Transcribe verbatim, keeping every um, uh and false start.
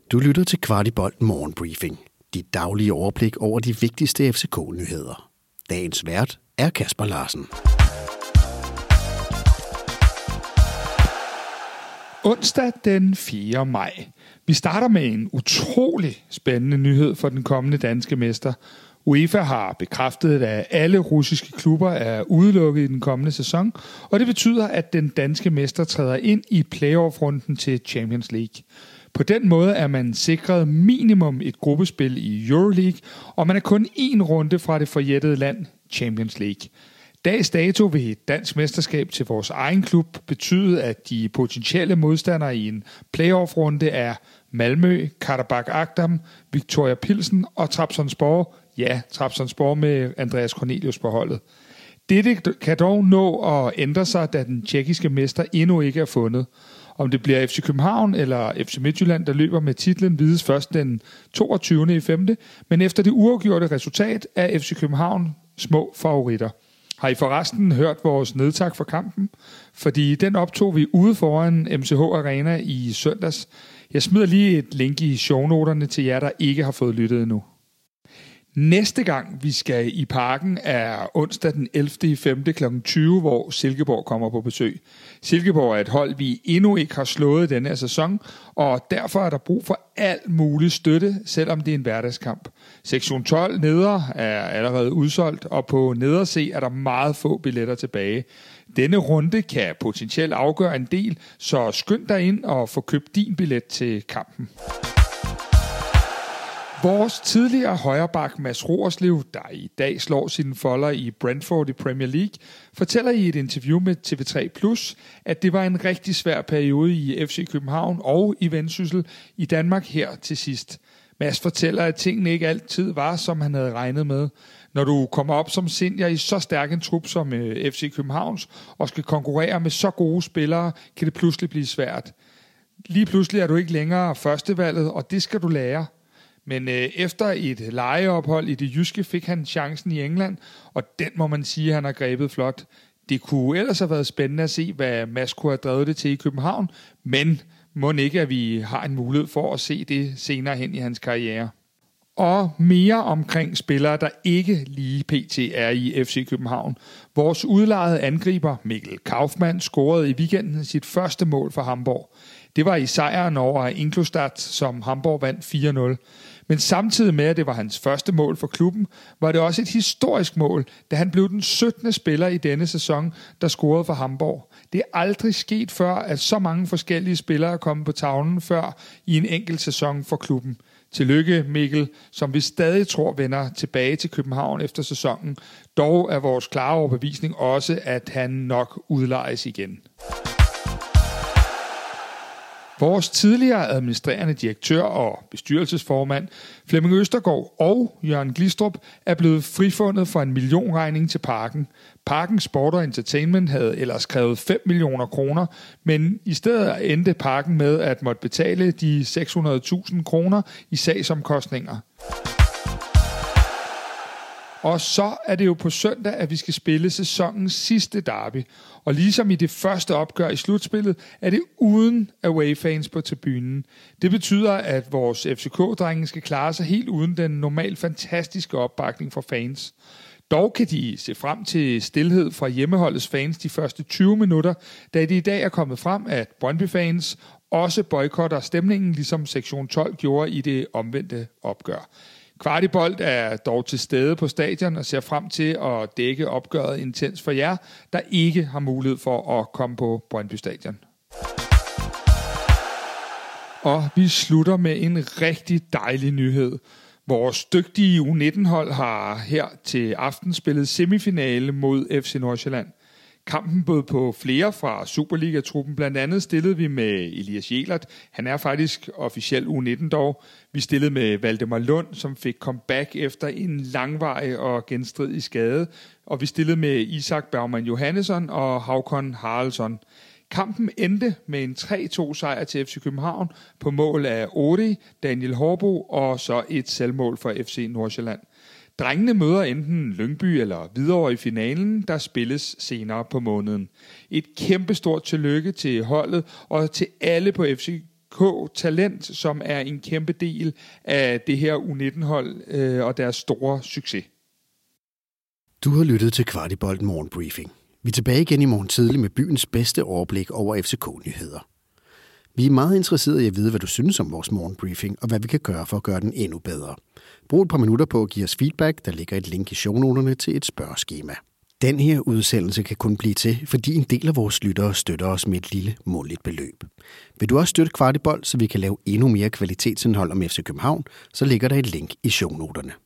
Du lytter til Kvartibolt Morgenbriefing. Dit daglige overblik over de vigtigste F C K-nyheder. Dagens vært er Kasper Larsen. Onsdag den fjerde maj. Vi starter med en utrolig spændende nyhed for den kommende danske mester. UEFA har bekræftet, at alle russiske klubber er udelukket i den kommende sæson, og det betyder, at den danske mester træder ind i playoff-runden til Champions League. På den måde er man sikret minimum et gruppespil i Euroleague, og man er kun én runde fra det forjættede land, Champions League. Dags dato vil et dansk mesterskab til vores egen klub betyde, at de potentielle modstandere i en playoff-runde er Malmö, Karabakh Akdam, Viktoria Pilsen og Trabzonspor. Ja, Trabzonspor med Andreas Cornelius på holdet. Dette kan dog nå at ændre sig, da den tjekkiske mester endnu ikke er fundet. Om det bliver F C København eller F C Midtjylland, der løber med titlen, vides først den toogtyvende i femte Men efter det uafgjorte resultat er F C København små favoritter. Har I forresten hørt vores nedtak for kampen? Fordi den optog vi ude foran M C H Arena i søndags. Jeg smider lige et link i shownoterne til jer, der ikke har fået lyttet endnu. Næste gang vi skal i parken er onsdag den ellevte i femte klokken tyve, hvor Silkeborg kommer på besøg. Silkeborg er et hold, vi endnu ikke har slået denne her sæson, og derfor er der brug for alt mulig støtte, selvom det er en hverdagskamp. Sektion tolv neder er allerede udsolgt, og på nederse er der meget få billetter tilbage. Denne runde kan potentielt afgøre en del, så skynd dig ind og få købt din billet til kampen. Vores tidligere højreback Mads Roerslev, der i dag slår sine folder i Brentford i Premier League, fortæller i et interview med T V tre plus, at det var en rigtig svær periode i F C København og i Vendsyssel i Danmark her til sidst. Mads fortæller, at tingene ikke altid var, som han havde regnet med. Når du kommer op som senior i så stærk en trup som F C Københavns og skal konkurrere med så gode spillere, kan det pludselig blive svært. Lige pludselig er du ikke længere førstevalget, og det skal du lære. Men øh, efter et lejeophold i det jyske fik han chancen i England, og den må man sige, han har grebet flot. Det kunne ellers have været spændende at se, hvad Mads kunne have drevet det til i København, men må ikke, at vi har en mulighed for at se det senere hen i hans karriere. Og mere omkring spillere, der ikke lige pt. Er i F C København. Vores udlejede angriber Mikkel Kaufmann scorede i weekenden sit første mål for Hamburg. Det var i sejren over Ingolstadt, som Hamburg vandt fire nul. Men samtidig med, at det var hans første mål for klubben, var det også et historisk mål, da han blev den syttende spiller i denne sæson, der scorede for Hamburg. Det er aldrig sket før, at så mange forskellige spillere er kommet på tavlen før i en enkelt sæson for klubben. Tillykke Mikkel, som vi stadig tror vender tilbage til København efter sæsonen. Dog er vores klare overbevisning også, at han nok udlejes igen. Vores tidligere administrerende direktør og bestyrelsesformand Flemming Østergaard og Jørgen Glistrup er blevet frifundet for en millionregning til Parken. Parken Sport og Entertainment havde ellers krævet fem millioner kroner, men i stedet endte Parken med at måtte betale de seks hundrede tusind kroner i sagsomkostninger. Og så er det jo på søndag, at vi skal spille sæsonens sidste derby. Og ligesom i det første opgør i slutspillet, er det uden away-fans på tribunen. Det betyder, at vores F C K-drenge skal klare sig helt uden den normalt fantastiske opbakning fra fans. Dog kan de se frem til stilhed fra hjemmeholdets fans de første tyve minutter, da det i dag er kommet frem, at Brøndby-fans også boykotter stemningen, ligesom sektion tolv gjorde i det omvendte opgør. Kvartibolt er dog til stede på stadion og ser frem til at dække opgøret intens for jer, der ikke har mulighed for at komme på Brøndby Stadion. Og vi slutter med en rigtig dejlig nyhed. Vores dygtige U nitten-hold har her til aften spillet semifinale mod F C Nordsjælland. Kampen bød på flere fra Superliga-truppen. Blandt andet stillede vi med Elias Jelert. Han er faktisk officiel U nitten dog. Vi stillede med Valdemar Lund, som fik comeback efter en langvarig og genstridig skade. Og vi stillede med Isak Bergman Johannesson og Haukon Haraldsson. Kampen endte med en tre to sejr til F C København på mål af Odi, Daniel Horbo og så et selvmål for F C Nordsjælland. Drengene møder enten Lyngby eller Hvidovre i finalen, der spilles senere på måneden. Et kæmpestort tillykke til holdet og til alle på F C K K-talent, som er en kæmpe del af det her U nitten-hold øh, og deres store succes. Du har lyttet til Kvartibolt Morgenbriefing. Vi er tilbage igen i morgen tidlig med byens bedste overblik over F C K-nyheder. Vi er meget interesserede i at vide, hvad du synes om vores morgenbriefing, og hvad vi kan gøre for at gøre den endnu bedre. Brug et par minutter på at give os feedback. Der ligger et link i shownoterne til et spørgeskema. Den her udsendelse kan kun blive til, fordi en del af vores lyttere støtter os med et lille månedligt beløb. Vil du også støtte Kvartibolt, så vi kan lave endnu mere kvalitetsindhold om F C København, så ligger der et link i shownoterne.